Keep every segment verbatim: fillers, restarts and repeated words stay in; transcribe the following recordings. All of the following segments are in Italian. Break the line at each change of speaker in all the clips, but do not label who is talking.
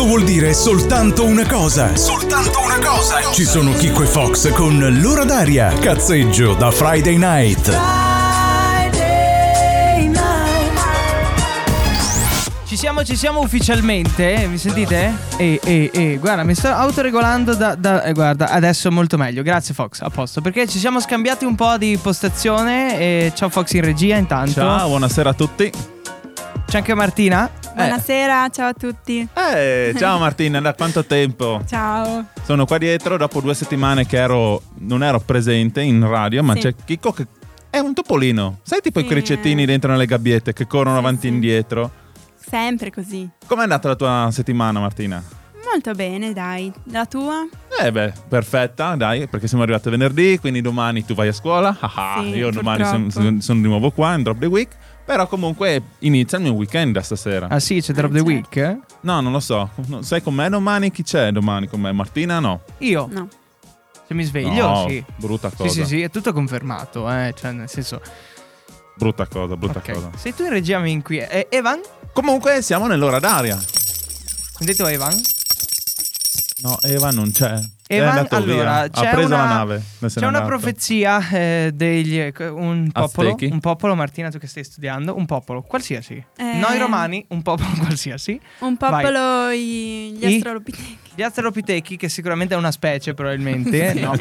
vuol dire soltanto una cosa. Soltanto una cosa. Ci sono Chicco e Fox con L'ora d'aria. Cazzeggio da Friday Night.
Friday night. Ci siamo, ci siamo ufficialmente. Mi sentite? E, e, e, guarda, mi sto autoregolando da, da eh, guarda, adesso molto meglio. Grazie Fox, a posto. Perché ci siamo scambiati un po' di postazione. E ciao Fox in regia intanto.
Ciao, buonasera a tutti.
C'è anche Martina.
Buonasera, eh. Ciao a tutti.
Eh, ciao Martina, da quanto tempo?
Ciao.
Sono qua dietro dopo due settimane che ero non ero presente in radio, ma sì. C'è Chicco che è un topolino. Sai tipo sì, i cricettini eh. dentro nelle gabbiette che corrono sì, avanti e sì. indietro?
Sempre così.
Com'è andata la tua settimana, Martina?
Molto bene, dai. La tua?
Eh beh, perfetta, dai, perché siamo arrivati venerdì, quindi domani tu vai a scuola. Ah,
sì,
io domani sono son, son di nuovo qua in Drop the Week. Però comunque inizia il mio weekend da stasera.
Ah sì, c'è Drop the Week? Eh?
No, non lo so. Sai con me domani? Chi c'è domani con me? Martina no?
Io?
No.
Se mi sveglio,
no,
sì.
Brutta cosa.
Sì, sì, sì, è tutto confermato, eh. Cioè, nel senso...
Brutta cosa, brutta
okay.
cosa.
Sei tu in regia mi inquieti. Eh, Evan?
Comunque siamo nell'ora d'aria.
Sentito Evan?
No, Evan non c'è.
Evan, allora,
via.
c'è
ha preso
una,
la nave.
C'è una profezia eh, degli un popolo,
Aztechi?
un popolo, Martina, tu che stai studiando, un popolo qualsiasi.
Eh,
Noi romani, un popolo qualsiasi.
Un popolo i, gli Australopitechi.
Gli Australopitechi, che sicuramente è una specie probabilmente, no?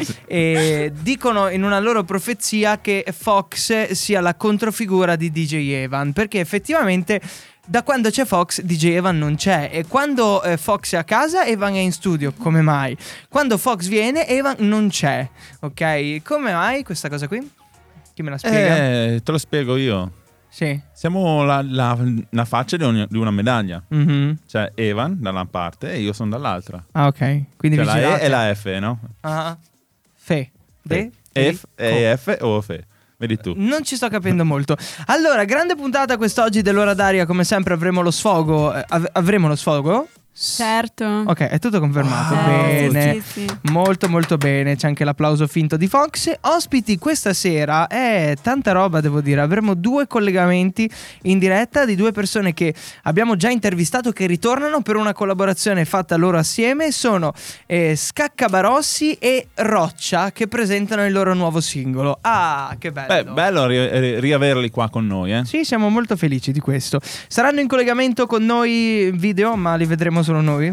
E dicono in una loro profezia che Fox sia la controfigura di D J Evan, perché effettivamente da quando c'è Fox, D J Evan non c'è. E quando eh, Fox è a casa, Evan è in studio. Come mai? Quando Fox viene, Evan non c'è. Ok? Come mai questa cosa qui? Chi me la spiega?
Eh, te lo spiego io.
Sì.
Siamo la, la, la faccia di, ogni, di una medaglia.
Mm-hmm.
Cioè Evan da una parte e io sono dall'altra.
Ah, ok. Quindi
cioè
vigilate.
la E e la F, no?
Ah. Fe. De.
F, E, F o F. Vedi tu.
Non ci sto capendo molto. Allora, grande puntata quest'oggi dell'ora d'aria. Come sempre avremo lo sfogo. Eh, av- avremo lo sfogo?
Certo.
Ok, è tutto confermato.
Wow.
Bene.
Sì, sì, sì.
Molto molto bene. C'è anche l'applauso finto di Fox. Ospiti questa sera è tanta roba, devo dire. Avremo due collegamenti in diretta di due persone che abbiamo già intervistato, che ritornano per una collaborazione fatta loro assieme. Sono eh, Scaccabarossi e Roccia, che presentano il loro nuovo singolo. Ah, che bello.
Beh, bello ri- riaverli qua con noi, eh.
Sì, siamo molto felici di questo. Saranno in collegamento con noi video, ma li vedremo solo noi.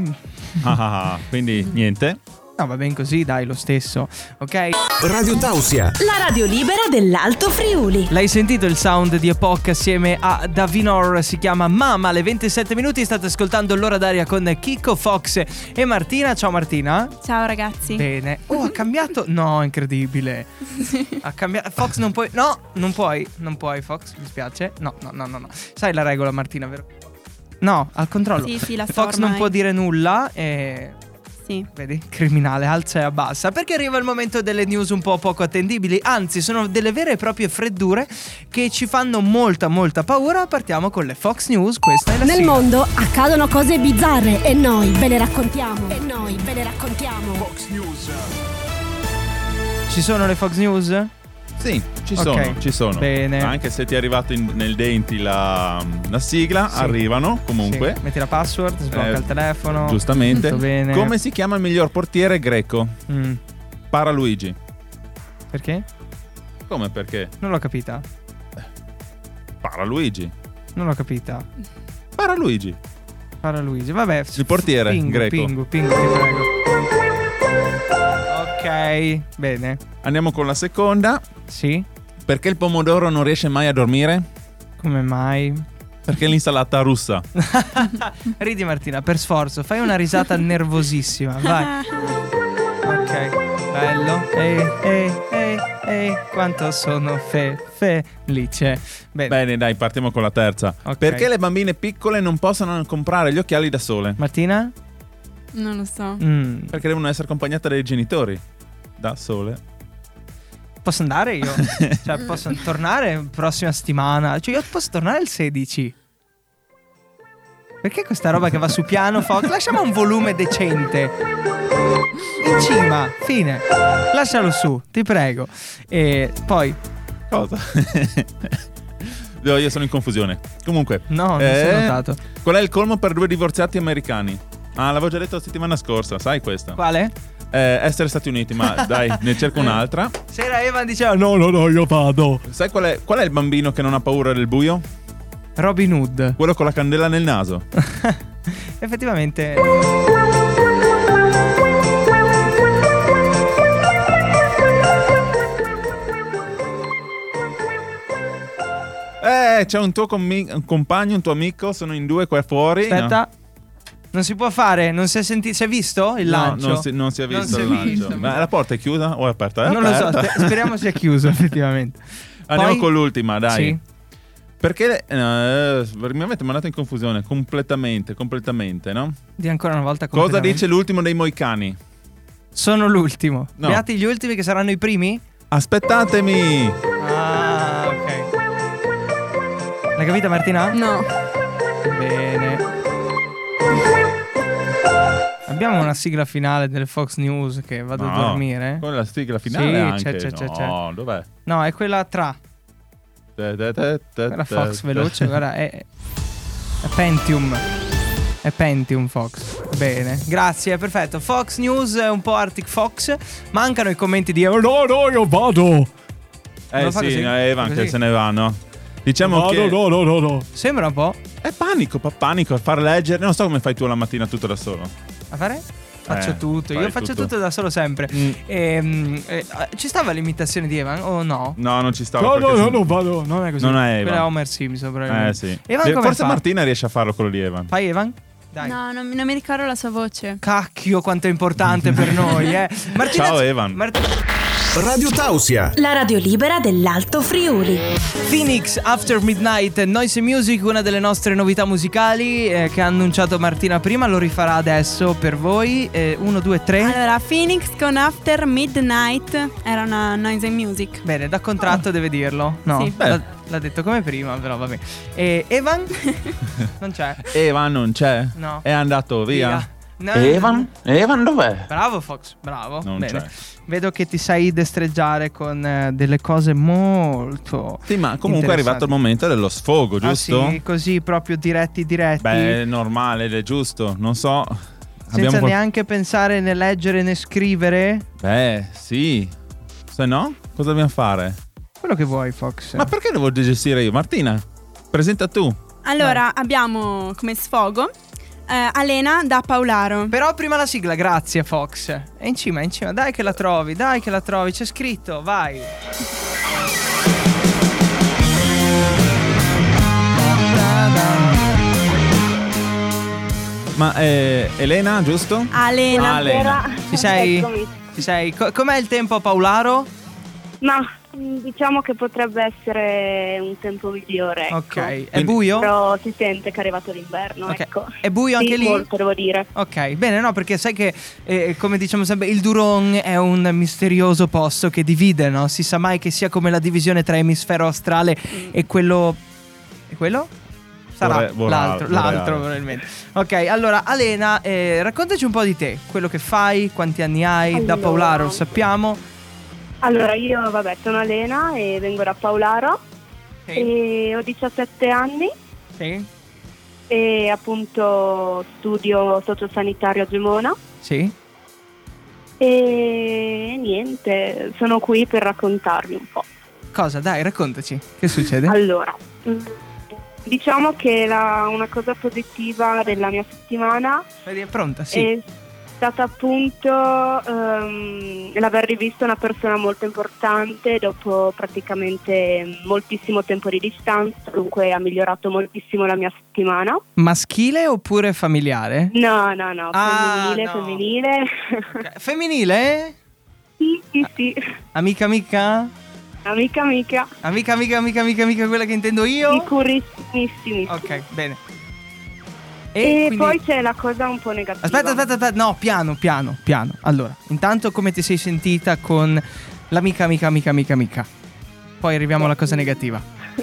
Ah, quindi niente.
No, va ben così, dai, lo stesso. Ok?
Radio Tausia,
la radio libera dell'Alto Friuli.
L'hai sentito il sound di Epoch assieme a Davinor? Si chiama Mama. Alle ventisette minuti state ascoltando l'ora d'aria con Chicco, Fox e Martina. Ciao Martina.
Ciao ragazzi.
Bene. Oh, ha cambiato? No, incredibile. Ha cambiato. Fox non puoi. No, non puoi. Non puoi, Fox, mi spiace. No, no, no, no, no. Sai la regola, Martina, vero? No, al controllo.
Sì, sì, la so
Fox
ormai.
non può dire nulla e...
Sì.
Vedi? Criminale, alza e abbassa. Perché arriva il momento delle news un po' poco attendibili. Anzi, sono delle vere e proprie freddure che ci fanno molta molta paura. Partiamo con le Fox News. Questa è la
Nel
sigla.
mondo accadono cose bizzarre e noi ve le raccontiamo. E noi ve le raccontiamo.
Fox News.
Ci sono le Fox News?
Sì, ci sono,
Ok,
ci sono.
bene.
Anche se ti è arrivato in- nel denti la, la sigla,
Sì.
arrivano comunque.
Sì. Metti la password, sblocca
Eh,
il telefono.
Giustamente.
Tutto bene.
Come si chiama il miglior portiere greco?
Mm.
Paraluigi.
Perché?
Come perché?
Non l'ho capita.
Paraluigi.
Non l'ho capita.
Paraluigi.
Para Luigi. Vabbè.
Il portiere
Pingu,
greco.
Pingu, Pingu, ti prego. Ok, bene.
Andiamo con la seconda.
Sì.
Perché il pomodoro non riesce mai a dormire?
Come mai?
Perché l'insalata russa.
Ridi Martina, per sforzo. Fai una risata nervosissima. Vai. Ok, bello. Ehi, ehi, ehi, ehi. Quanto sono fe, felice. Bene.
Bene, dai, partiamo con la terza.
Ok.
Perché le bambine piccole non possono comprare gli occhiali da sole?
Martina?
Non lo so.
Mm.
Perché devono essere accompagnate dai genitori. Da sole.
Posso andare io? Cioè, posso tornare prossima settimana? Cioè, io posso tornare il sedici. Perché questa roba che va su piano Fox? Lasciamo un volume decente. In cima, fine. Lascialo su, ti prego. E poi...
Cosa? No, io sono in confusione. Comunque.
No, non
eh,
sono notato.
Qual è il colmo per due divorziati americani? Ah, l'avevo già detto la settimana scorsa, sai questa?
Quale?
Eh, essere Stati Uniti, ma dai, ne cerco un'altra.
Sera Evan diceva no, no, no, io vado.
Sai qual è, qual è il bambino che non ha paura del buio?
Robin Hood.
Quello con la candela nel naso.
Effettivamente.
Eh, c'è un tuo commi- un compagno, un tuo amico, sono in due qua fuori.
Aspetta.
No.
Non si può fare, non si è sentito, si è visto il
No,
lancio?
non si, non si è visto
Non
il
si è
lancio.
visto.
Ma la porta è chiusa o è aperta? È
Non lo so,
aperta.
sper- speriamo sia chiuso effettivamente.
Andiamo
Poi-
con l'ultima, dai.
Sì.
Perché eh, mi avete mandato in confusione completamente, completamente, no?
Di ancora una volta
Cosa
completamente.
dice l'ultimo dei Moicani?
Sono l'ultimo.
No.
Beati gli ultimi che saranno i primi?
Aspettatemi!
Ah, ok. L'hai capita Martina?
No.
Bene. Abbiamo una sigla finale delle Fox News che vado
No,
a dormire.
Con la sigla finale
Sì,
anche.
c'è, c'è, c'è,
no,
c'è.
dov'è?
No, è quella tra.
Te, te, te, te,
Quella
te,
Fox
te.
veloce, guarda, è, è Pentium. È Pentium Fox. Bene, grazie, perfetto. Fox News è un po' Arctic Fox. Mancano i commenti di oh, no, no, io vado.
Eh
lo fa
sì,
così?
no, Evan
Così?
che se ne va, no? Diciamo
No,
che
no, no, no, no. Sembra un po'.
è panico, pa- panico a far leggere. Non so come fai tu la mattina tutto da solo.
A fare? Faccio
Eh,
tutto,
fai
io faccio tutto.
tutto.
da solo sempre.
Mm.
Ehm, eh, ci stava l'imitazione di Evan o no?
No, non ci stavo. perché se-
vado. Non è così.
Non è Evan.
Quella è Homer Simpson, probabilmente.
Eh sì.
Evan
Eh,
come
Forse
fa?
Martina riesce a farlo quello di Evan.
Fai Evan? Dai.
No, non, non mi ricordo la sua voce.
Cacchio, quanto è importante per noi, eh. Martina,
Ciao, Evan.
Mart-
Radio Tausia.
La radio libera dell'Alto Friuli.
Phoenix After Midnight, Noise Music, una delle nostre novità musicali eh, che ha annunciato Martina prima, lo rifarà adesso per voi. Eh, uno, due, tre.
Allora, Phoenix con After Midnight era una noise and music.
Bene, da contratto deve dirlo. No,
Sì.
l'ha, l'ha detto come prima, però va bene. E Evan? Non c'è.
Evan non c'è?
No.
È andato via.
No.
Evan? Evan dov'è?
Bravo Fox, bravo.
Non
Bene.
c'è.
Vedo che ti sai destreggiare con eh, delle cose molto.
Sì, ma comunque è arrivato il momento dello sfogo, giusto?
Ah, sì, così proprio diretti diretti.
Beh, è normale ed è giusto. Non so.
senza
qual-
neanche pensare né leggere né scrivere.
Beh, sì. Se no, cosa dobbiamo fare?
Quello che vuoi, Fox.
Ma perché devo gestire io? Martina, presenta tu.
Allora, abbiamo come sfogo eh, Alena da Paolaro.
Però prima la sigla, grazie Fox. È in cima, è in cima. Dai che la trovi, dai che la trovi. C'è scritto, vai.
Ma eh, Elena, giusto?
Alena.
Alena.
Ci sei?
Eccomi.
Ci sei? Co- com'è il tempo a Paolaro?
Ma mh, diciamo che potrebbe essere un tempo migliore. Ecco.
Ok. È
Quindi-
buio?
Però si sente che è arrivato l'inverno,
Ok.
ecco.
È buio anche
Sì,
lì?
molto, devo dire.
Ok, bene, no, perché sai che, eh, come diciamo sempre, il Duron è un misterioso posto che divide, no? Si sa mai che sia come la divisione tra emisfero australe e quello... E quello? Sarà
Bore- bore-
l'altro,
boreale.
l'altro probabilmente. Ok, allora, Alena, eh, raccontaci un po' di te, quello che fai, quanti anni hai, da
Allora.
Paolaro lo sappiamo.
Allora, io vabbè, sono Elena e vengo da Paolaro
Sì,
e ho diciassette anni
sì,
e appunto studio sociosanitario a Gemona
sì.
e niente, sono qui per raccontarvi un po'.
Cosa? Dai, raccontaci, che succede?
Allora, mh, diciamo che la- una cosa positiva della mia settimana
Vedi, è pronta? Sì.
è stata appunto ehm, l'aver rivisto una persona molto importante dopo praticamente moltissimo tempo di distanza, dunque ha migliorato moltissimo la mia settimana.
Maschile oppure familiare?
No, no, no,
Ah,
femminile,
no.
femminile.
Ok. Femminile?
Sì, sì, sì.
Amica, amica?
Amica, amica.
Amica, amica, amica, amica, amica, quella che intendo io?
Sicurissimissimi.
Ok, bene.
E,
quindi-
poi c'è la cosa un po' negativa.
Aspetta, aspetta, aspetta, no, piano, piano, piano. Allora, intanto come ti sei sentita con l'amica, amica, amica, amica, amica? Poi arriviamo alla cosa negativa.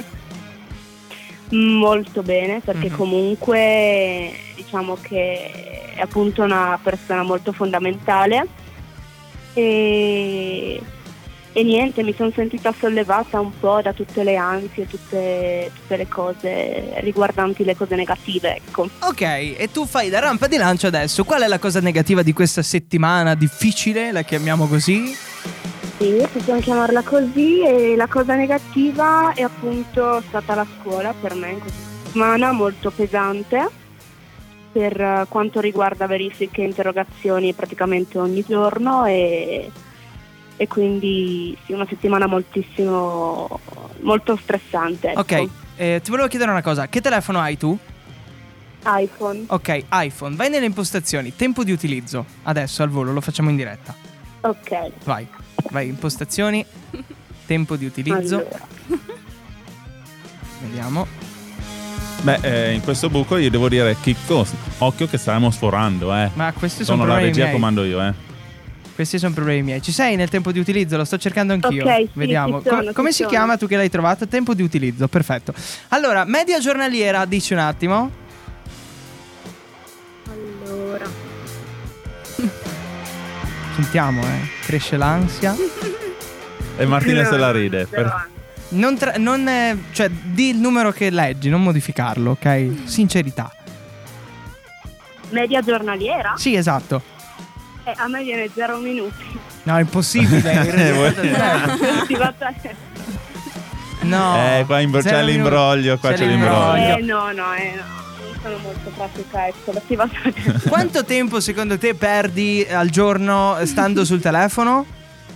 Molto bene, perché
Mhm.
comunque diciamo che è appunto una persona molto fondamentale e e niente, mi sono sentita sollevata un po' da tutte le ansie, tutte, tutte le cose riguardanti le cose negative, ecco.
Ok, e tu fai da rampa di lancio adesso. Qual è la cosa negativa di questa settimana difficile, la chiamiamo così?
Sì, possiamo chiamarla così, e la cosa negativa è appunto stata la scuola per me in questa settimana, molto pesante per quanto riguarda verifiche e interrogazioni praticamente ogni giorno, e, e quindi sì, una settimana moltissimo, molto stressante, ecco.
Ok, eh, ti volevo chiedere una cosa, che telefono hai tu?
iPhone.
Ok, iPhone, vai nelle impostazioni, tempo di utilizzo, adesso al volo, lo facciamo in diretta.
Ok.
Vai, vai, impostazioni, tempo di utilizzo.
Allora.
Vediamo.
Beh, eh, in questo buco io devo dire, Chicco, occhio che stiamo sforando, eh.
Ma questi sono
Sono la
problemi
regia,
miei.
comando io, eh.
Questi sono problemi miei. Ci sei nel tempo di utilizzo? Lo sto cercando anch'io.
Ok, sì,
Vediamo.
ci sono,
Com-
ci
come si
sono.
chiama tu che l'hai trovato? Tempo di utilizzo, perfetto. Allora, media giornaliera, dici un attimo.
Allora.
Sentiamo, eh. Cresce l'ansia.
E Martina
No,
se la ride.
però-
per-
Non, tra- non eh, cioè, di il numero che leggi, non modificarlo, ok? Sincerità.
Media giornaliera?
Sì, esatto.
Eh, a me viene zero minuti.
No, è impossibile. in realtà.
Coltivata-
No.
Eh, qua imbro-
Zero
c'è
minuti.
l'imbroglio, qua c'è l'imbroglio.
Eh, no, no, eh, no. Non sono molto pratica, ecco, l'attivata.
Quanto tempo secondo te perdi al giorno stando sul telefono?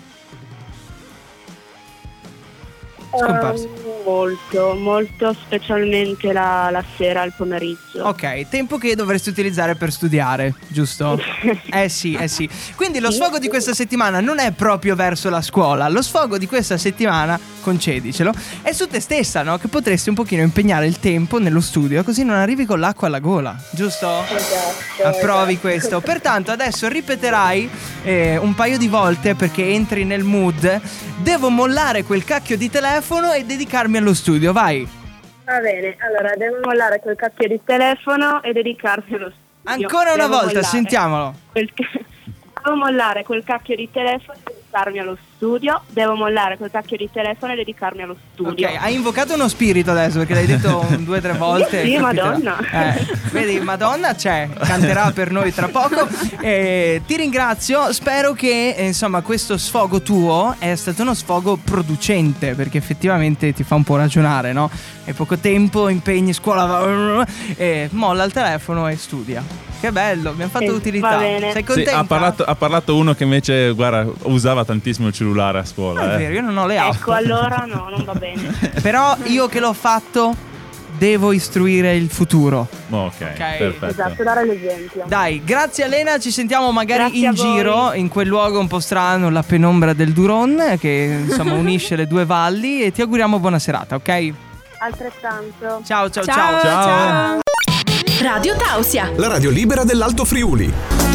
Scomparso.
Eh, molto, molto, specialmente la, la sera, il pomeriggio.
Ok, tempo che dovresti utilizzare per studiare, giusto? Eh sì, eh sì. Quindi lo sfogo di questa settimana non è proprio verso la scuola. Lo sfogo di questa settimana, concedicelo, è su te stessa, no? Che potresti un pochino impegnare il tempo nello studio, così non arrivi con l'acqua alla gola, giusto?
Esatto.
Approvi
esatto.
questo. Pertanto adesso ripeterai eh, un paio di volte, perché entri nel mood. Devo mollare quel cacchio di telefono e dedicarmi allo studio, vai.
Va bene, allora devo mollare quel cacchio di telefono e dedicarmi allo studio.
Ancora una
Devo
volta,
mollare
sentiamolo.
quel ca- Devo mollare quel cacchio di telefono e dedicarmi allo studio. Devo mollare quel cacchio di telefono e dedicarmi allo studio.
Ok, hai invocato uno spirito adesso, perché l'hai detto un, due o tre volte.
Sì,
capiterà.
Madonna.
Eh, vedi, Madonna c'è, canterà per noi tra poco. Eh, ti ringrazio, spero che eh, insomma questo sfogo tuo è stato uno sfogo producente, perché effettivamente ti fa un po' ragionare, no? Hai poco tempo, impegni, scuola, eh, molla il telefono e studia. Che bello, abbiamo fatto
Sì,
utilità.
va bene.
Sei
Sì,
contenta?
ha, parlato, ha parlato uno che invece, guarda, usava tantissimo il cellulare a scuola.
Non è
eh.
vero, io non ho le app.
Ecco, allora no, non va bene.
Però io che l'ho fatto devo istruire il futuro.
Ok, perfetto.
Esatto, dare l'esempio.
Dai, grazie Elena, ci sentiamo magari
Grazie
in
a voi.
giro in quel luogo un po' strano, la penombra del Duron, che insomma unisce le due valli, e ti auguriamo buona serata, ok?
Altrettanto.
Ciao ciao ciao.
Ciao, ciao.
Radio Tausia.
La radio libera dell'Alto Friuli.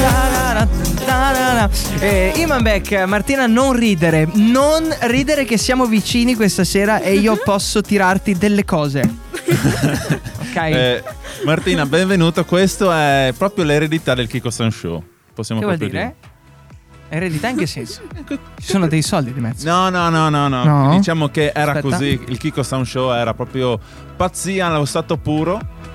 Eh, Imanbek, Martina, non ridere, non ridere che siamo vicini questa sera e io posso tirarti delle cose. Ok?
Eh, Martina, benvenuta. Questo è proprio l'eredità del Chicco San Show. Possiamo
Che vuol
proprio
dire? Eredità in che senso? Ci sono dei soldi di mezzo.
No, no, no, no, no.
No?
Diciamo che era
Aspetta.
così. Il Chicco Sound Show era proprio pazzia allo stato puro.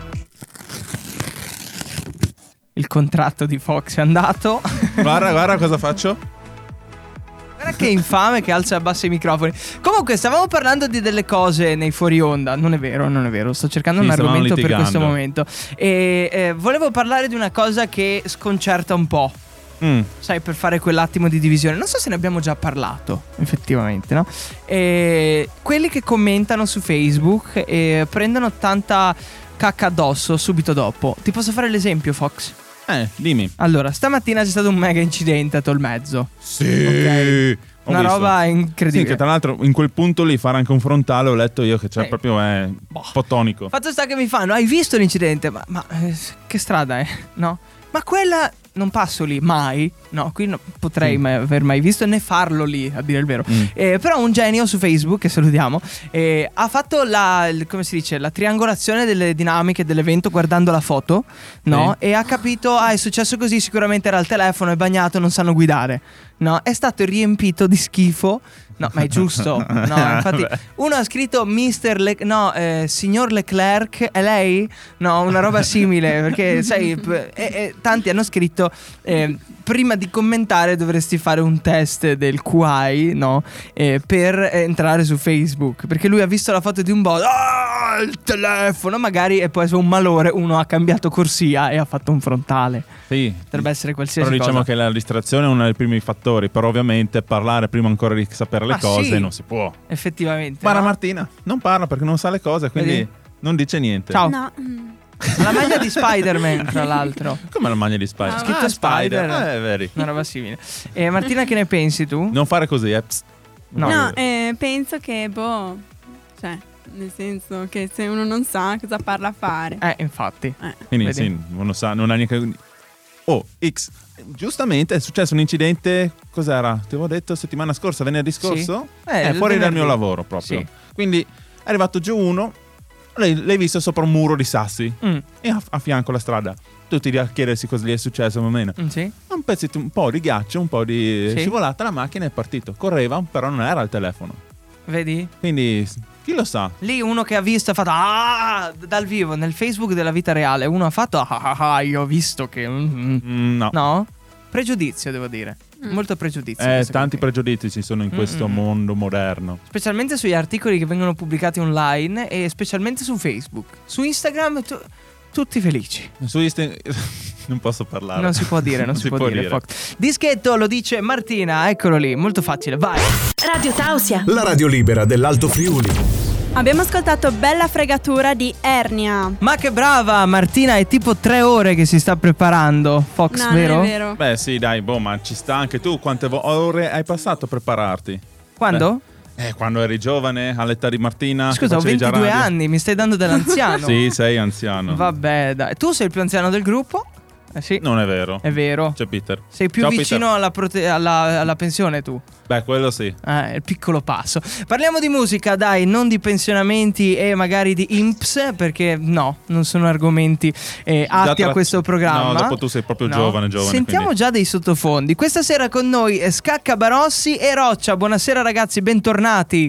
Il contratto di Fox è andato.
Guarda, guarda cosa faccio.
Guarda che infame che alza e abbassa i microfoni. Comunque stavamo parlando di delle cose nei fuori onda. Non è vero, non è vero. Sto cercando
Sì,
un
stavamo
argomento per
litigando.
questo momento. E eh, volevo parlare di una cosa che sconcerta un po'.
Mm.
Sai, per fare quell'attimo di divisione. Non so se ne abbiamo già parlato, effettivamente, no? E quelli che commentano su Facebook e prendono tanta cacca addosso subito dopo. Ti posso fare l'esempio, Fox?
Eh, dimmi.
Allora, stamattina c'è stato un mega incidente a Tolmezzo.
Sì.
Ok.
Ho
Una
visto.
roba
Sì,
incredibile.
che tra l'altro in quel punto lì fare anche un frontale, ho letto io che c'è
Eh.
proprio è un po' tonico.
Fatto sta che mi fanno, hai visto l'incidente? Ma, ma, eh, che strada è? No? Ma quella non passo lì, mai. No, qui non potrei mai aver mai visto né farlo lì, a dire il vero. Mm. Eh, però un genio su Facebook, che salutiamo, eh, ha fatto la, come si dice, la triangolazione delle dinamiche dell'evento guardando la foto, no? Sì. E ha capito, ah, è successo così, sicuramente era al telefono, è bagnato, non sanno guidare. No, è stato riempito di schifo. No, ma è giusto. No, infatti uno ha scritto mister Le- no, eh, signor Leclerc, è lei? No, una roba simile, perché sai, e, e, tanti hanno scritto eh, prima di commentare dovresti fare un test del Q I, no? Eh, per entrare su Facebook, perché lui ha visto la foto di un bot, ah, il telefono, magari, e poi su un malore uno ha cambiato corsia e ha fatto un frontale.
Sì.
Potrebbe essere qualsiasi
però diciamo
cosa.
che la distrazione è uno dei primi fattori, però ovviamente parlare prima ancora di sapere le
ah,
cose
sì.
non si può.
Effettivamente.
Guarda,
no?
Martina non parla perché non sa le cose, quindi
Vedi?
non dice niente.
Ciao.
No.
La maglia di Spider-Man, tra l'altro.
Come la maglia di Spider?
Ah, scritto Spider.
Eh, veri.
Una roba simile. E Martina, che ne pensi tu?
Non fare così, eh. Psst.
No.
No, eh, penso che, boh, cioè, nel senso che se uno non sa cosa parla a fare.
Eh, infatti.
Eh.
Quindi
Vedi?
sì, uno sa, non ha neanche... Oh, X, giustamente è successo un incidente, cos'era? Ti avevo detto settimana scorsa, venerdì scorso?
Sì. Eh,
Eh,
il
fuori dal
venerdì.
mio lavoro proprio.
Sì.
Quindi è arrivato giù uno, lei, l'hai visto sopra un muro di sassi
Mm.
e a, a fianco la strada. Tutti lì a chiedersi cosa gli è successo, ma meno.
Mm, sì.
Un pezzetto, un po' di ghiaccio, un po' di
Sì.
scivolata, la macchina è partito. Correva, però non era al telefono.
Vedi?
Quindi chi lo sa?
Lì uno che ha visto ha fatto ah, dal vivo nel Facebook della vita reale. Uno ha fatto ah ah ah, io ho visto che mm,
Mm, no.
no? Pregiudizio, devo dire. Molto pregiudizio.
Eh,
questo
tanti
qui.
pregiudizi ci sono in questo
Mm-mm.
mondo moderno.
Specialmente sugli articoli che vengono pubblicati online e specialmente su Facebook. Su Instagram tu- tutti felici.
Su Insta- non posso parlare.
Non si può dire, non, si, può, dire. Fox. Dischetto lo dice Martina, eccolo lì, molto facile, vai.
Radio Tausia.
La radio libera dell'Alto Friuli.
Abbiamo ascoltato Bella fregatura di Ernia.
Ma che brava Martina, è tipo tre ore che si sta preparando, Fox,
No,
vero?
non è vero.
Beh sì dai, boh, ma ci sta anche tu. Quante vo- ore hai passato a prepararti?
Quando?
Eh, quando eri giovane, all'età di Martina. che
Scusa, ho
facevi già
ventidue
radio.
anni, mi stai dando dell'anziano.
Sì, sei anziano.
Vabbè, dai. Tu sei il più anziano del gruppo? Eh sì.
Non è vero.
È vero.
C'è Peter.
Sei più
Ciao,
vicino alla, prote- alla, alla pensione tu.
Peter. Beh, quello sì.
Eh, il piccolo passo. Parliamo di musica, dai, non di pensionamenti e magari di I N P S, perché no, non sono argomenti eh,
Già
atti
tra-
a questo programma.
No, dopo tu sei proprio giovane, giovane,
Sentiamo
quindi.
già dei sottofondi. Questa sera con noi eh, Scacca Barossi e Roccia. Buonasera ragazzi, bentornati.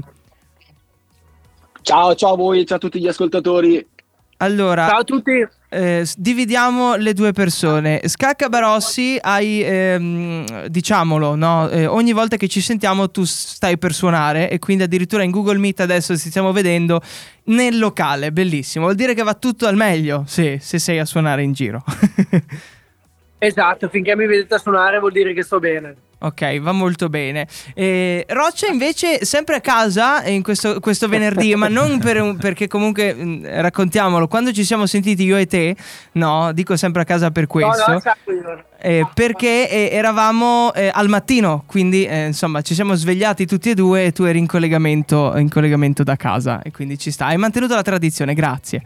Ciao, ciao a voi, ciao a tutti gli ascoltatori.
Allora,
Ciao a tutti.
eh, s- dividiamo le due persone. Scacca Barossi, hai, ehm, diciamolo, no? Eh, ogni volta che ci sentiamo tu stai per suonare e quindi addirittura in Google Meet adesso ci stiamo vedendo nel locale, bellissimo. Vuol dire che va tutto al meglio, sì, se sei a suonare in giro.
Esatto, finché mi vedete suonare vuol dire che sto bene.
Ok, va molto bene. Eh, Roccia invece sempre a casa in questo, questo venerdì, ma non per un- perché comunque mh, raccontiamolo, quando ci siamo sentiti io e te, no, dico sempre a casa per questo,
No, no, esatto, io-
eh, perché eh, eravamo eh, al mattino, quindi eh, insomma ci siamo svegliati tutti e due e tu eri in collegamento, in collegamento da casa e quindi ci sta. Hai mantenuto la tradizione, grazie.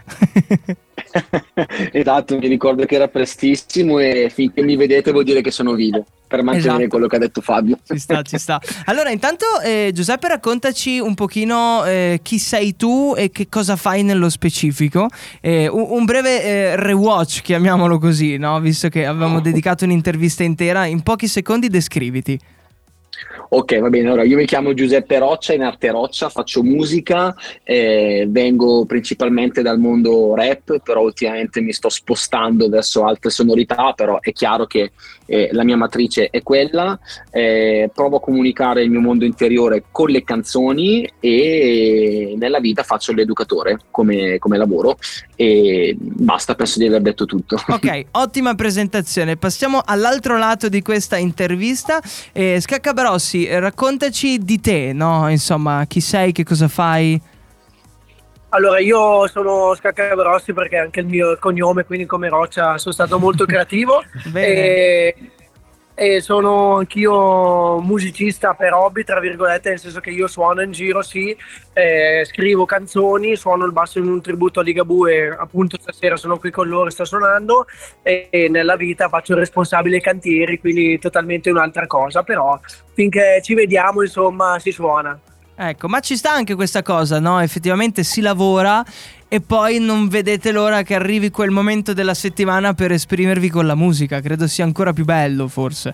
Esatto, mi ricordo che era prestissimo e finché mi vedete vuol dire che sono vivo, per mantenere
Esatto.
quello che ha detto Fabio.
Ci sta, ci sta. Allora, intanto, eh, Giuseppe, raccontaci un pochino eh, chi sei tu e che cosa fai nello specifico. Eh, un, un breve eh, rewatch, chiamiamolo così, no? Visto che avevamo dedicato un'intervista intera, in pochi secondi descriviti.
Ok, va bene, allora io mi chiamo Giuseppe Roccia, in arte Roccia, faccio musica, eh, vengo principalmente dal mondo rap, però ultimamente mi sto spostando verso altre sonorità, però è chiaro che eh, la mia matrice è quella, eh, provo a comunicare il mio mondo interiore con le canzoni e nella vita faccio l'educatore come, come lavoro e basta, penso di aver detto tutto.
Ok, ottima presentazione. Passiamo all'altro lato di questa intervista. Eh, Scacca Barossi, eh, raccontaci di te, no? Insomma, chi sei, che cosa fai?
Allora, io sono Scacca Barossi perché è anche il mio cognome, quindi come Roccia sono stato molto creativo.
Bene.
E, e sono anch'io musicista per hobby, tra virgolette, nel senso che io suono in giro, sì, eh, scrivo canzoni, suono il basso in un tributo a Ligabue, appunto stasera sono qui con loro, sto suonando, e, e nella vita faccio il responsabile cantieri, quindi totalmente un'altra cosa, però finché ci vediamo, insomma, si suona.
Ecco, ma ci sta anche questa cosa, no? Effettivamente si lavora e poi non vedete l'ora che arrivi quel momento della settimana per esprimervi con la musica. Credo sia ancora più bello, forse.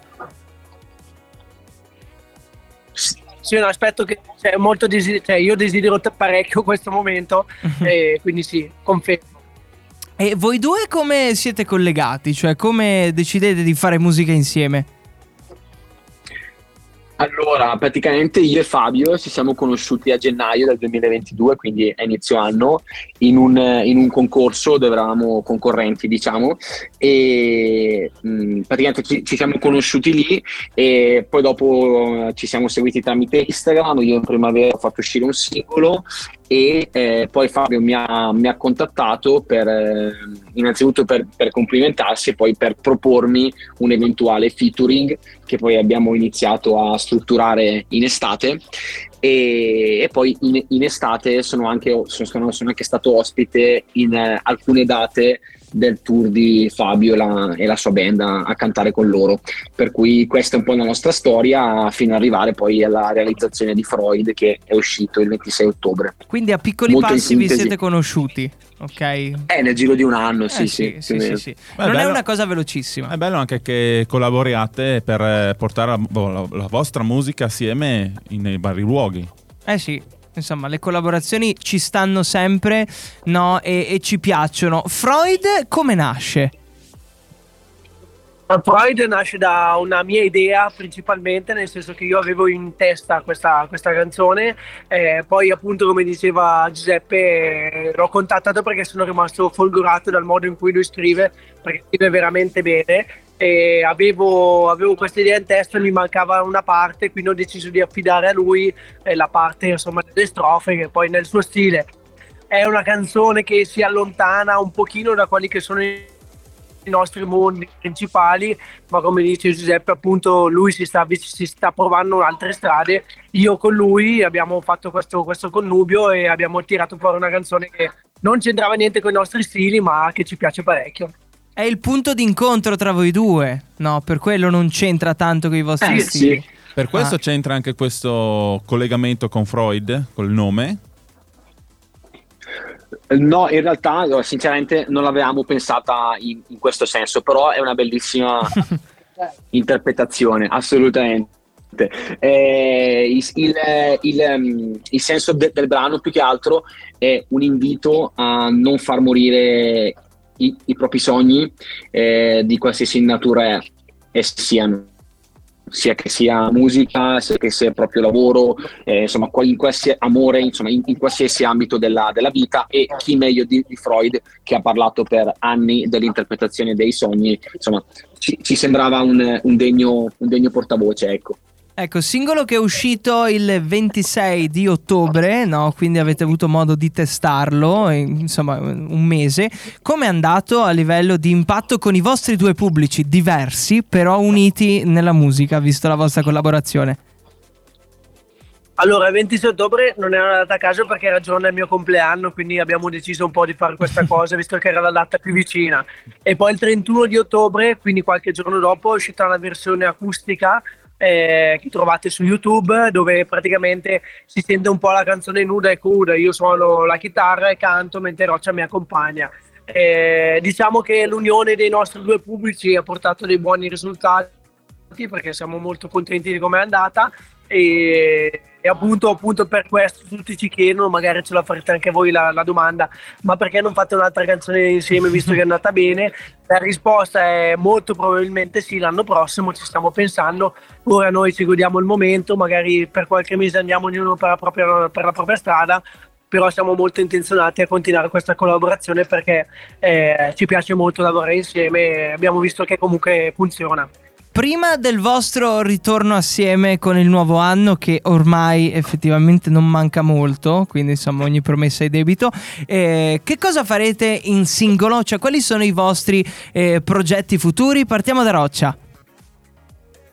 Sì, è un aspetto che cioè, molto desider- cioè, io desidero t- parecchio questo momento, e quindi sì, confermo.
E voi due come siete collegati? Cioè, come decidete di fare musica insieme?
Allora, praticamente io e Fabio ci siamo conosciuti a gennaio del duemilaventidue, quindi a inizio anno, in un, in un concorso dove eravamo concorrenti, diciamo, e mh, praticamente ci, ci siamo conosciuti lì e poi dopo ci siamo seguiti tramite Instagram. Io in primavera ho fatto uscire un singolo e eh, poi Fabio mi ha, mi ha contattato per eh, innanzitutto per, per complimentarsi e poi per propormi un eventuale featuring che poi abbiamo iniziato a strutturare in estate e, e poi in, in estate sono anche, sono, sono anche stato ospite in eh, alcune date del tour di Fabio e la, e la sua band a, a cantare con loro, per cui questa è un po' la nostra storia fino ad arrivare poi alla realizzazione di Freud, che è uscito il ventisei ottobre.
Quindi a piccoli
Molto
passi vi
sintesi.
siete conosciuti, ok?
Eh, nel giro di un anno, sì,
Eh,
sì,
sì,
più o
sì,
meno.
sì.
Beh,
Non è
bello-
una cosa velocissima.
È bello anche che collaboriate per eh, portare la, boh, la- la vostra musica assieme in- nei vari luoghi.
Eh sì, insomma, le collaborazioni ci stanno sempre, no? E, e ci piacciono. Freud come nasce?
Freud nasce da una mia idea principalmente, nel senso che io avevo in testa questa, questa canzone, eh, poi appunto come diceva Giuseppe eh, l'ho contattato perché sono rimasto folgorato dal modo in cui lui scrive, perché scrive veramente bene e avevo, avevo questa idea in testa, mi mancava una parte, quindi ho deciso di affidare a lui eh, la parte insomma delle strofe, che poi nel suo stile è una canzone che si allontana un pochino da quelli che sono i i nostri mondi principali, ma come dice Giuseppe appunto lui si sta, si sta provando altre strade. Io con lui abbiamo fatto questo, questo connubio e abbiamo tirato fuori una canzone che non c'entrava niente con i nostri stili ma che ci piace parecchio.
È il punto d'incontro tra voi due, no? Per quello non c'entra tanto con i vostri
Eh,
stili.
sì.
Per questo
Ah.
c'entra anche questo collegamento con Freud, col nome.
No, in realtà no, sinceramente non l'avevamo pensata in, in questo senso, però è una bellissima interpretazione, assolutamente. Eh, il, il, il, um, il senso de, del brano più che altro è un invito a non far morire i, i propri sogni eh, di qualsiasi natura essi siano, sia che sia musica, sia che sia proprio lavoro, eh, insomma in qualsiasi amore, insomma in, in qualsiasi ambito della, della vita. E chi meglio di, di Freud, che ha parlato per anni dell'interpretazione dei sogni, insomma ci, ci sembrava un, un, degno, un degno portavoce, ecco.
Ecco, singolo che è uscito il ventisei di ottobre, no? Quindi avete avuto modo di testarlo, insomma un mese. Come è andato a livello di impatto con i vostri due pubblici diversi, però uniti nella musica, visto la vostra collaborazione?
Allora, il ventisei ottobre non era una data a caso perché era il giorno del mio compleanno, quindi abbiamo deciso un po' di fare questa cosa visto che era la data più vicina. E poi il trentuno di ottobre, quindi qualche giorno dopo, è uscita la versione acustica eh, che trovate su YouTube, dove praticamente si sente un po' la canzone nuda e cruda. Io suono la chitarra e canto mentre Roccia mi accompagna. Eh, diciamo che l'unione dei nostri due pubblici ha portato dei buoni risultati perché siamo molto contenti di come è andata. E, e appunto, appunto per questo tutti ci chiedono, magari ce la farete anche voi la, la domanda, ma perché non fate un'altra canzone insieme visto che è andata bene? La risposta è molto probabilmente sì, l'anno prossimo ci stiamo pensando. Ora noi ci godiamo il momento, magari per qualche mese andiamo ognuno per la propria, per la propria strada, però siamo molto intenzionati a continuare questa collaborazione perché eh, ci piace molto lavorare insieme e abbiamo visto che comunque funziona.
Prima del vostro ritorno assieme con il nuovo anno, che ormai effettivamente non manca molto, quindi insomma ogni promessa è debito, eh, che cosa farete in singolo? Cioè quali sono i vostri eh, progetti futuri? Partiamo da Roccia.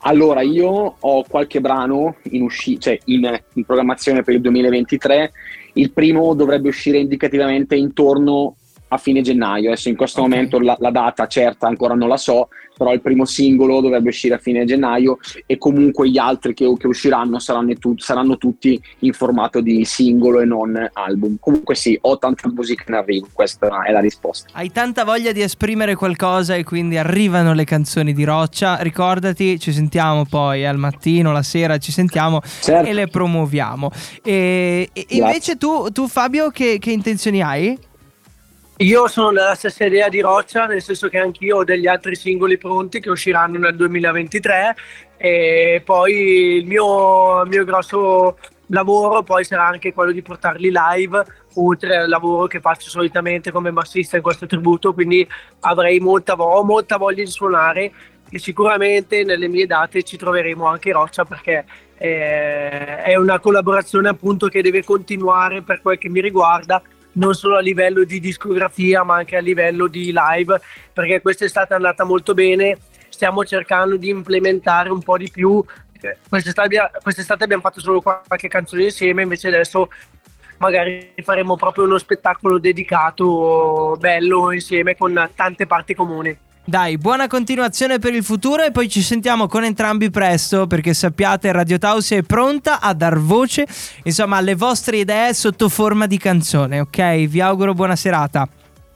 Allora, io ho qualche brano in, usci- cioè in, in programmazione per il duemilaventitré. Il primo dovrebbe uscire indicativamente intorno a fine gennaio. Adesso in questo
Ok.
momento la, la data certa ancora non la so, però il primo singolo dovrebbe uscire a fine gennaio e comunque gli altri che, che usciranno saranno, tu- saranno tutti in formato di singolo e non album. Comunque sì, ho tanta musica in arrivo, questa è la risposta.
Hai tanta voglia di esprimere qualcosa e quindi arrivano le canzoni di Roccia. Ricordati, ci sentiamo poi al mattino, la sera, ci sentiamo
Certo.
e le promuoviamo. E, e
Grazie.
invece tu, tu Fabio, che, che intenzioni hai?
Io sono nella stessa idea di Roccia, nel senso che anch'io ho degli altri singoli pronti che usciranno nel duemilaventitré e poi il mio, il mio grosso lavoro poi sarà anche quello di portarli live, oltre al lavoro che faccio solitamente come bassista in questo tributo, quindi avrei molta, vo- ho molta voglia di suonare e sicuramente nelle mie date ci troveremo anche Roccia, perché eh, è una collaborazione appunto che deve continuare per quel che mi riguarda, non solo a livello di discografia ma anche a livello di live, perché quest'estate è andata molto bene, stiamo cercando di implementare un po' di più. Quest'estate, quest'estate abbiamo fatto solo qualche canzone insieme, invece adesso magari faremo proprio uno spettacolo dedicato, bello, insieme con tante parti comuni.
Dai, buona continuazione per il futuro e poi ci sentiamo con entrambi presto, perché sappiate Radio Tausia è pronta a dar voce, insomma, alle vostre idee sotto forma di canzone, ok? Vi auguro buona serata.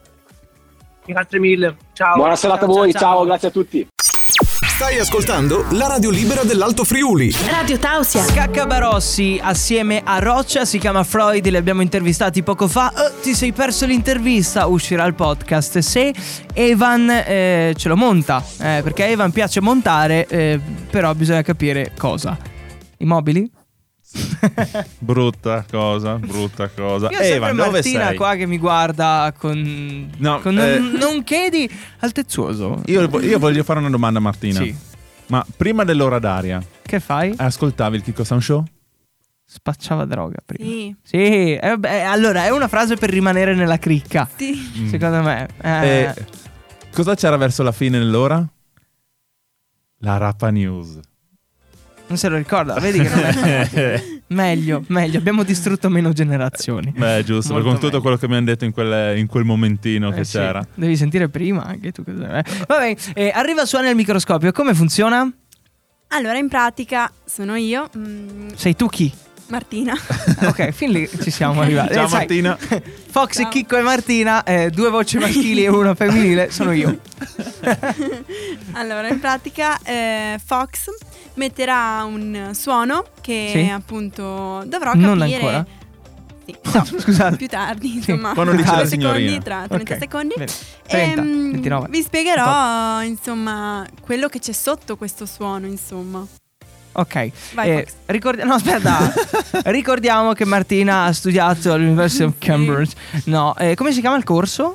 Grazie mille, ciao.
Buona serata
Ciao,
a voi,
ciao,
ciao,
ciao.
grazie a tutti.
Stai ascoltando la radio libera dell'Alto Friuli.
Radio Tausia.
Caccabarossi assieme a Roccia, si chiama Freud, li abbiamo intervistati poco fa. Oh, ti sei perso l'intervista, uscirà il podcast se Evan eh, ce lo monta, eh, perché a Evan piace montare, eh, però bisogna capire cosa. I mobili?
Brutta cosa, brutta cosa.
Io ho sempre
Evan, dove
Martina
sei?
qua che mi guarda con,
No,
con
eh,
non, non chiedi altezzuoso.
Io, io voglio fare una domanda a Martina.
Sì.
Ma prima dell'ora d'aria,
Che fai?
ascoltavi il Chicco Sound Show?
Spacciava droga prima.
Sì.
Sì, eh, beh, allora è una frase per rimanere nella cricca.
Sì.
Secondo me. Eh,
E cosa c'era verso la fine dell'ora? La Rapa News.
Non se lo ricorda, vedi che non è meglio, meglio, abbiamo distrutto meno generazioni.
Beh, giusto,
Molto
con tutto
meglio.
quello che mi hanno detto in quel, in quel momentino
Eh
che
sì,
c'era.
devi sentire prima anche tu. Cosa... eh. Vabbè, eh, arriva Suona il microscopio, come funziona?
Allora, in pratica sono io, mm,
Sei tu chi?
Martina.
Ok, fin lì ci siamo arrivati.
Ciao
Eh, sai,
Martina.
Fox,
Ciao.
Chicco e Martina, eh, due voci maschili e una femminile, sono io.
Allora, in pratica eh, Fox metterà un suono che
Sì.
appunto dovrò capire.
Non ancora?
Sì, no,
Scusate.
più tardi, insomma.
Quando dice
trenta
la
secondi,
signorina.
tra trenta
Ok,
secondi.
bene. trenta,
Ehm,
ventinove.
vi spiegherò, insomma, quello che c'è sotto questo suono, insomma.
Ok,
Vai,
eh,
Fox.
ricordi- no, aspetta. Ricordiamo che Martina ha studiato all'University of
Sì.
Cambridge. No, eh, come si chiama il corso?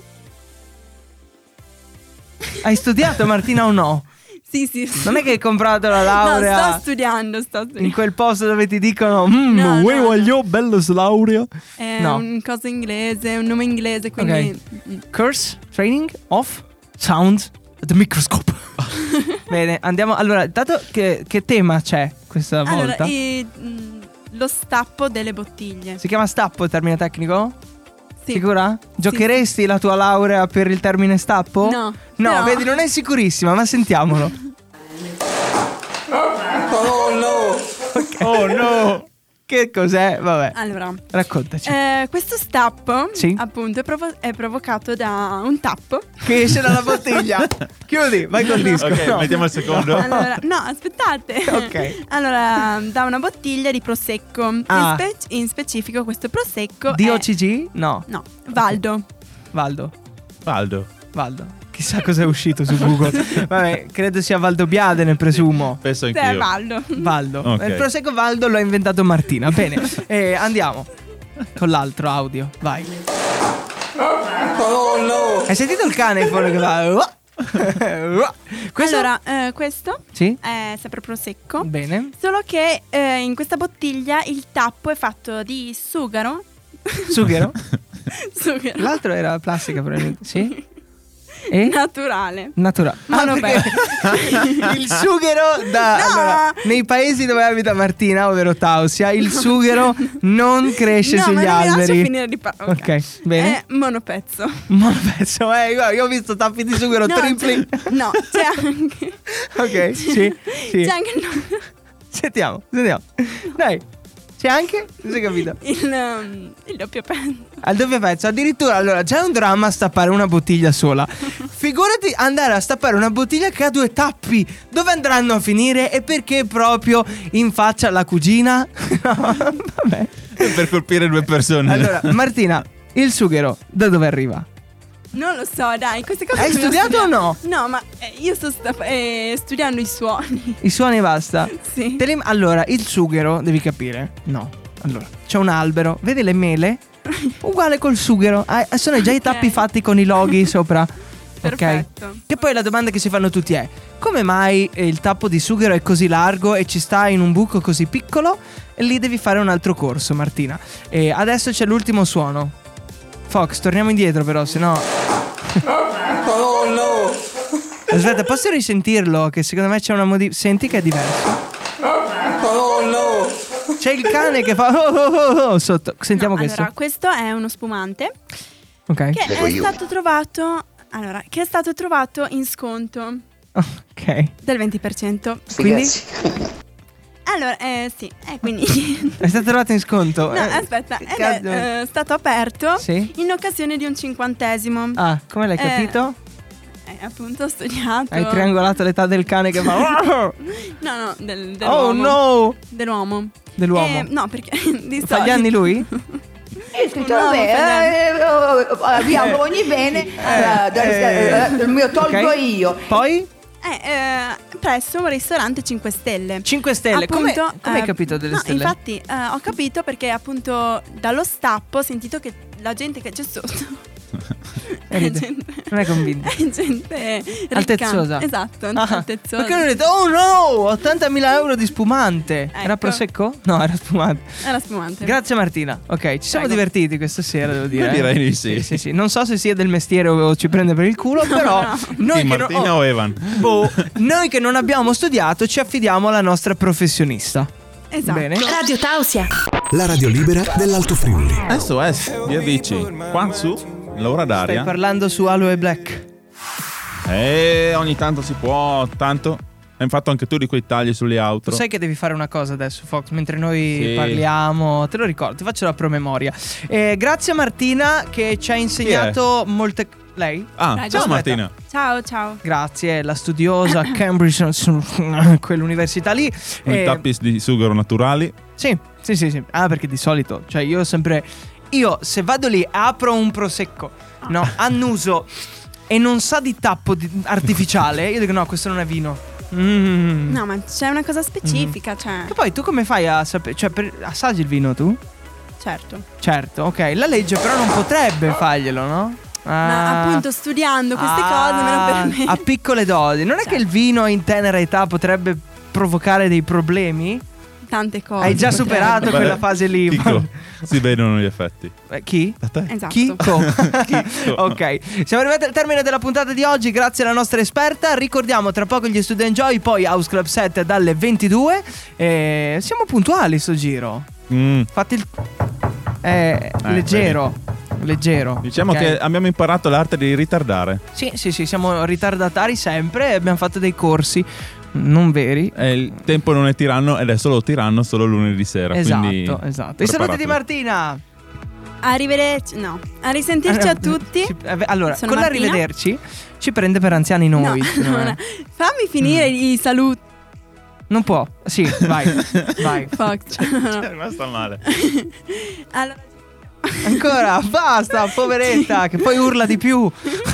Hai studiato, Martina, o no?
Sì, sì.
Non è che hai comprato la
No,
laurea
sto studiando, sto studiando.
in quel posto dove ti dicono mm,
No,
uè,
no,
voglio bello slaurea.
È
No.
un coso inglese, un nome inglese, quindi... mm.
Course, training, of, sound, the microscope. Bene, andiamo. Allora, dato che, che tema c'è questa
Allora,
volta?
e, mm, lo stappo delle bottiglie.
Si chiama stappo il termine tecnico?
Sì.
Sicura? Giocheresti la tua laurea per il termine stappo?
No.
No,
Però-
vedi, non è sicurissima, ma sentiamolo.
Oh no!
Che cos'è? Vabbè,
Allora,
raccontaci.
eh, questo stappo
Sì.
appunto è, provo- è provocato da un tappo.
Che esce dalla bottiglia. Chiudi, vai col disco.
Ok,
No.
mettiamo il secondo.
Allora, no, aspettate.
Ok.
Allora, da una bottiglia di prosecco.
Ah.
In, spe- in specifico questo prosecco
D O
è...
C G? No.
No, Valdo.
Valdo.
Valdo.
Valdo. Chissà cosa è uscito su Google. Vabbè, credo sia Valdo Biade, ne presumo.
Penso
È
anch'io.
Valdo.
Valdo.
Ok.
Il prosecco Valdo l'ha inventato Martina. Bene, eh, andiamo con l'altro audio. Vai. Oh no! Hai sentito il cane fuori che fa? Questo?
Allora, eh, questo
Sì?
è sempre prosecco.
Bene.
Solo che eh, in questa bottiglia il tappo è fatto di sughero.
Sughero?
Sughero.
L'altro era plastica probabilmente. Sì? E?
Naturale.
Naturale. Ah,
Monopezzo.
il sughero da,
No.
allora, nei paesi dove abita Martina, ovvero Tausia, il sughero non cresce
No,
sugli
ma non mi lascio
alberi.
finire di parlare.
Ok, bene.
È monopezzo.
Monopezzo, eh, guarda, io ho visto tappi di sughero
No,
tripli.
c'è- no, c'è anche.
Ok, sì, sì.
C'è anche il,
Sentiamo, sentiamo. Dai, c'è anche? Non si è capito?
il, um, il doppio pezzo.
Al doppio pezzo, addirittura, allora, già è un dramma stappare una bottiglia sola. Figurati andare a stappare una bottiglia che ha due tappi. Dove andranno a finire e perché proprio in faccia alla cugina? No, vabbè.
Per colpire due persone.
Allora, Martina, il sughero da dove arriva?
Non lo so, dai, queste cose.
Hai
non le ho
studiato o no?
No, ma eh, io sto sta- eh, studiando i suoni.
I suoni e basta?
Sì.
Te li- Allora, il sughero, devi capire. No. Allora, c'è un albero, vedi le mele? Uguale col sughero. Ah, sono già i tappi
Ok.
fatti con i loghi sopra.
Perfetto.
Ok. Che poi la domanda che si fanno tutti è: come mai eh, il tappo di sughero è così largo e ci sta in un buco così piccolo? E lì devi fare un altro corso, Martina. E adesso c'è l'ultimo suono. Fox, torniamo indietro però, se no.
Oh no!
Aspetta, posso risentirlo? Che secondo me c'è una modifica. Senti che è diverso.
Oh no!
C'è il cane che fa oh oh oh oh sotto. Sentiamo
No,
questo.
allora, questo è uno spumante
Ok.
che è stato trovato. Allora, che è stato trovato in sconto
Ok.
del venti per cento.
Quindi
Allora, eh sì, eh, quindi.
è stato trovato in sconto.
No,
Eh,
aspetta,
che
ed
cazzo-
è eh, stato aperto
Sì?
in occasione di un cinquantesimo.
Ah, come l'hai
Eh,
capito?
Eh, appunto, ho studiato.
Hai triangolato l'età del cane che fa
No, no, del,
oh
dell'uomo.
no!
Dell'uomo.
Dell'uomo.
Eh, no, perché di
Fa gli
solito-
anni lui?
E ho scritto,
No,
vabbè,
per-
eh, eh, abbiamo ogni bene, eh, del-
eh,
eh, il mio tolgo
ok.
io.
Poi?
Eh, eh, presso un ristorante cinque stelle.
cinque stelle. Come,
Appunto,
come hai
eh,
capito delle
no,
stelle?
Infatti, eh, ho capito perché appunto dallo stappo ho sentito che la gente che c'è sotto
E
è
ride.
gente,
Non è convinta.
è gente ricca.
Altezzosa.
Esatto,
Ah,
altezzosa.
perché hanno detto oh no, ottantamila euro di spumante. Era
Ecco.
prosecco? No, era spumante.
Era spumante.
Grazie Martina. Ok, ci siamo
Prego.
divertiti questa sera, devo dire.
Io direi di sì.
Sì, sì, sì. Non so se sia del mestiere o ci prende per il culo, però
no.
noi,
Sì,
che
Martina
non, oh,
o Evan?
boh, noi che non abbiamo studiato ci affidiamo alla nostra professionista.
Esatto.
Bene?
Radio Tausia.
La radio libera dell'Alto Friuli.
Adesso è via Vici. Qua su Laura
Stai
Daria.
parlando su Aloe Black.
E ogni tanto si può. Tanto. Hai fatto anche tu di quei tagli sulle
Tu
outro.
sai che devi fare una cosa adesso, Fox, mentre noi
Sì.
parliamo. Te lo ricordo, ti faccio la promemoria. Eh, grazie a Martina che ci ha insegnato molte. Lei?
Ah,
Dai,
ciao
aspetta.
Martina.
Ciao, ciao.
Grazie, la studiosa a Cambridge, quell'università lì.
Con i
Eh,
tappi di sughero naturali.
Sì, sì, sì, sì. Ah, perché di solito, cioè io sempre. Io se vado lì e apro un prosecco, no, annuso e non sa di tappo di- artificiale, io dico no, questo non è vino. Mm.
No, ma c'è una cosa specifica, cioè.
Che poi tu come fai a sapere? Cioè, per- assaggi il vino tu?
Certo.
Certo, ok. La legge però non potrebbe farglielo, no?
Ma
Ah.
appunto studiando queste
Ah,
cose me lo permetto.
a piccole dosi. Non è che il vino in tenera età potrebbe provocare dei problemi?
Tante cose.
Hai già
potrebbe.
superato
Beh,
quella fase lì.
Chicco, si vedono gli effetti.
Eh, Chi?
Da te?
Esatto.
Chicco.
Chicco.
Ok, siamo arrivati al termine della puntata di oggi. Grazie alla nostra esperta. Ricordiamo tra poco gli Studio Enjoy, poi House Club set dalle ventidue. E siamo puntuali sto giro.
Mm.
Fatti il. È leggero. Leggero.
Diciamo
ok?
che abbiamo imparato l'arte di ritardare.
Sì, sì, sì, siamo ritardatari sempre e abbiamo fatto dei corsi non veri.
E il tempo non è tiranno ed è solo tiranno solo lunedì sera.
Esatto,
quindi
esatto. I saluti di
preparatevi.
Martina.
Arrivederci. No. A risentirci a tutti.
Ci- eh, Allora,
Sono
con
Martina.
l'arrivederci ci prende per anziani noi.
No,
secondo me.
no, no. Fammi finire
Mm.
i saluti.
Non può. Sì, vai. Vai.
Fox.
È rimasta male.
Allora,
Ancora, basta, poveretta, che poi urla di più.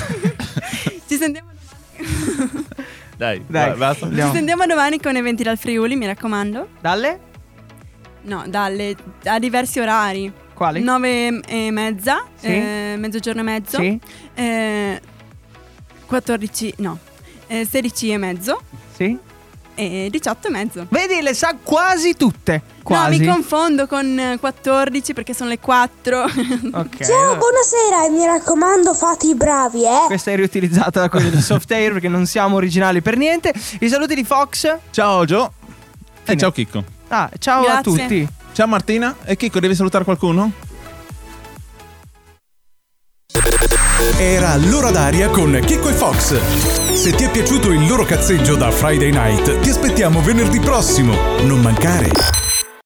ci sentiamo domani.
Dai,
Dai,
va- basta.
Ci
andiamo.
sentiamo domani con Eventi dal Friuli, mi raccomando.
Dalle?
No, dalle, a diversi orari.
Quali?
nove e mezza,
Sì.
eh, mezzogiorno e mezzo.
Sì.
Eh, quattordici, no, eh, sedici e mezzo.
Sì.
e diciotto e mezzo.
Vedi, le sa quasi tutte. Quasi.
No, mi confondo con quattordici perché sono le quattro.
Ok.
Ciao, buonasera e mi raccomando fate i bravi, eh.
Questa è riutilizzata da quelli di Soft Air perché non siamo originali per niente. I saluti di Fox.
Ciao Gio. E ciao Chicco.
Ah, ciao
Grazie.
a tutti.
Ciao Martina. E Chicco, devi salutare qualcuno?
Era L'ora d'aria con Chicco e Fox. Se ti è piaciuto il loro cazzeggio da Friday Night, ti aspettiamo venerdì prossimo. Non mancare.